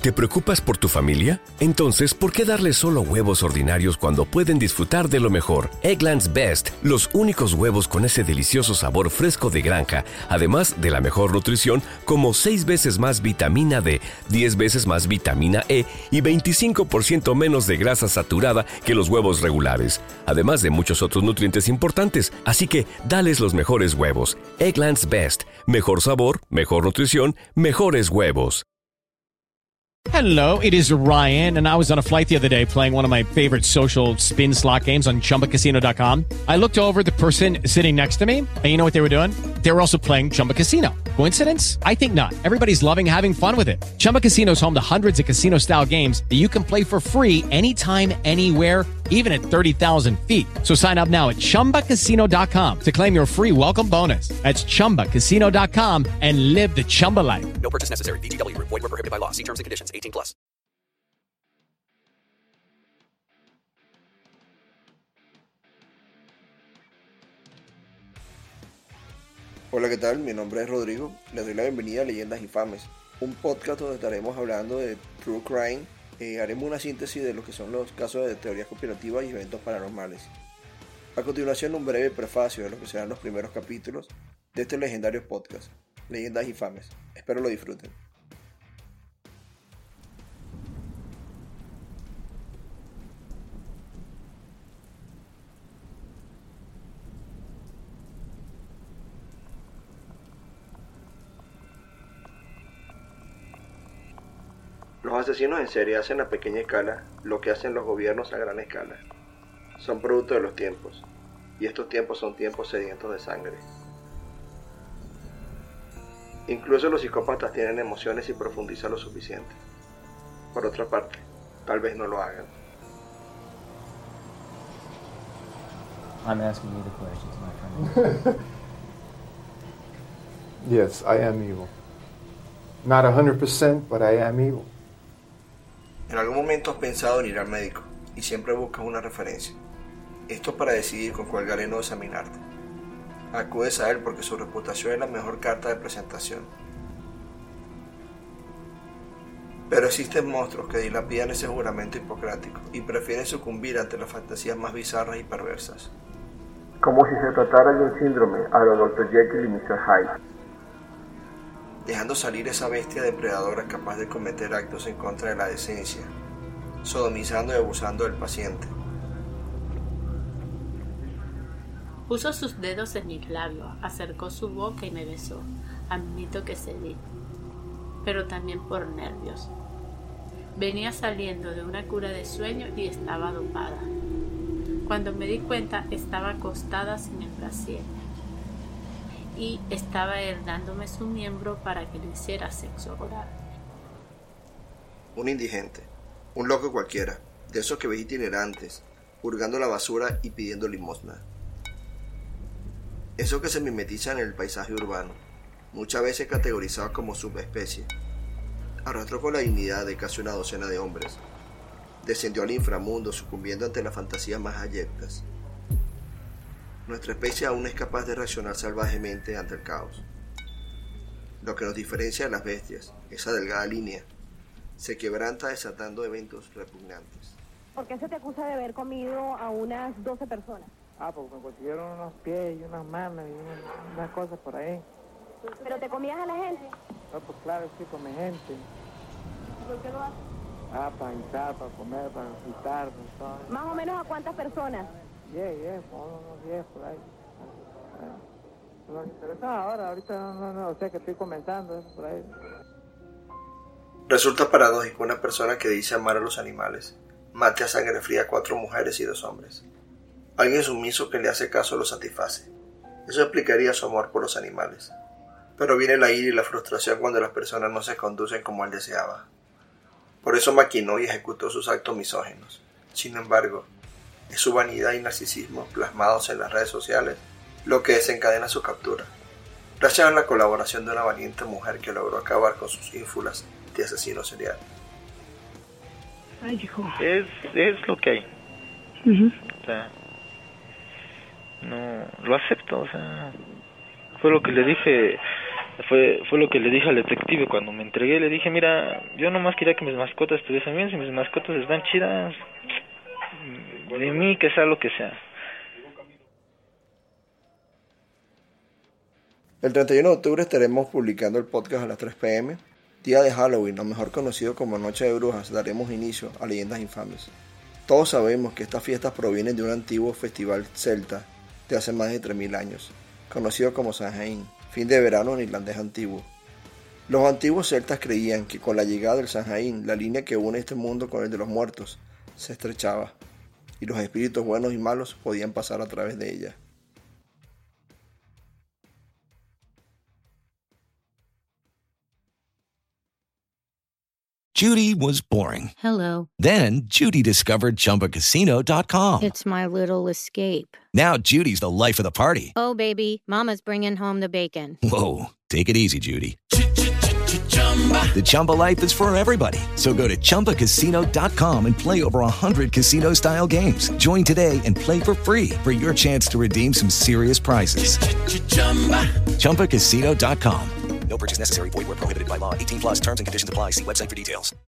¿Te preocupas por tu familia? Entonces, ¿por qué darles solo huevos ordinarios cuando pueden disfrutar de lo mejor? Eggland's Best, los únicos huevos con ese delicioso sabor fresco de granja, además de la mejor nutrición, como 6 veces más vitamina D, 10 veces más vitamina E y 25% menos de grasa saturada que los huevos regulares, además de muchos otros nutrientes importantes. Así que, dales los mejores huevos. Eggland's Best, mejor sabor, mejor nutrición, mejores huevos. Hello, it is Ryan, and I was on a flight the other day playing one of my favorite social spin slot games on ChumbaCasino.com. I looked over at the person sitting next to me, and you know what they were doing? They were also playing Chumba Casino. Coincidence? I think not. Everybody's loving having fun with it. Chumba Casino is home to hundreds of casino-style games that you can play for free anytime, anywhere, even at 30,000 feet. So sign up now at ChumbaCasino.com to claim your free welcome bonus. That's ChumbaCasino.com and live the Chumba life. No purchase necessary. VGW. Void where prohibited by law. See terms and conditions. 18+. Hola, ¿qué tal? Mi nombre es Rodrigo. Les doy la bienvenida a Leyendas Infames, un podcast donde estaremos hablando de True Crime. Haremos una síntesis de lo que son los casos de teorías conspirativas y eventos paranormales. A continuación, un breve prefacio de lo que serán los primeros capítulos de este legendario podcast, Leyendas Infames. Espero lo disfruten. Los asesinos en serie hacen a pequeña escala lo que hacen los gobiernos a gran escala. Son producto de los tiempos, y estos tiempos son tiempos sedientos de sangre. Incluso los psicópatas tienen emociones y profundizan lo suficiente. Por otra parte, tal vez no lo hagan. I'm asking you the questions, my friend. Yes, I am evil. Not 100%, but I am evil. En algún momento has pensado en ir al médico y siempre buscas una referencia. Esto para decidir con cuál galeno examinarte. Acudes a él porque su reputación es la mejor carta de presentación. Pero existen monstruos que dilapidan ese juramento hipocrático y prefieren sucumbir ante las fantasías más bizarras y perversas. Como si se tratara de un síndrome a lo Dr. Jekyll y Mr. Hyde. Dejando salir esa bestia depredadora capaz de cometer actos en contra de la decencia, sodomizando y abusando del paciente. Puso sus dedos en mis labios, acercó su boca y me besó. Admito que cedí, pero también por nervios. Venía saliendo de una cura de sueño y estaba dopada. Cuando me di cuenta, estaba acostada sin el brasier y estaba él dándome su miembro para que le hiciera sexo oral. Un indigente, un loco cualquiera, de esos que ves itinerantes, hurgando la basura y pidiendo limosna. Esos que se mimetizan en el paisaje urbano, muchas veces categorizados como subespecie. Arrastró con la dignidad de casi una docena de hombres. Descendió al inframundo sucumbiendo ante las fantasías más abyectas. Nuestra especie aún es capaz de reaccionar salvajemente ante el caos. Lo que nos diferencia de las bestias, esa delgada línea, se quebranta desatando eventos repugnantes. ¿Por qué se te acusa de haber comido a unas 12 personas? Porque me consiguieron unos pies y unas manos y unas cosas por ahí. ¿Pero te comías a la gente? Pues claro, sí, come gente. ¿Por qué lo haces? Para guisar, para comer, para fritar, todo. ¿Más o menos a cuántas personas? 10, unos 10 por ahí. Pero eso ahorita no, o sea que estoy comenzando eso por ahí. Resulta paradójico una persona que dice amar a los animales mate a sangre fría a 4 mujeres y 2 hombres. Alguien sumiso que le hace caso lo satisface. Eso explicaría su amor por los animales. Pero viene la ira y la frustración cuando las personas no se conducen como él deseaba. Por eso maquinó y ejecutó sus actos misóginos. Sin embargo, es su vanidad y narcisismo plasmados en las redes sociales lo que desencadena su captura, gracias a la colaboración de una valiente mujer que logró acabar con sus ínfulas de asesino serial. Ay, hijo. Es lo que hay. O sea, no lo acepto, o sea, fue lo que le dije Fue lo que le dije al detective cuando me entregué. Le dije, mira, yo nomás quería que mis mascotas estuviesen bien. Si mis mascotas están chidas, de mí que sea lo que sea. El 31 de octubre estaremos publicando el podcast a las 3 p.m. Día de Halloween, o mejor conocido como Noche de Brujas, daremos inicio a Leyendas Infames. Todos sabemos que estas fiestas provienen de un antiguo festival celta de hace más de 3000 años, conocido como Samhain, fin de verano en irlandés antiguo. Los antiguos celtas creían que con la llegada del Samhain, la línea que une este mundo con el de los muertos se estrechaba, y los espíritus buenos y malos podían pasar a través de ella. Judy was boring. Hello. Then Judy discovered ChumbaCasino.com. It's my little escape. Now Judy's the life of the party. Oh, baby, mama's bringing home the bacon. Whoa, take it easy, Judy. The Chumba life is for everybody. So go to ChumbaCasino.com and play over 100 casino-style games. Join today and play for free for your chance to redeem some serious prizes. ChumbaCasino.com. No purchase necessary. Void where prohibited by law. 18+ terms and conditions apply. See website for details.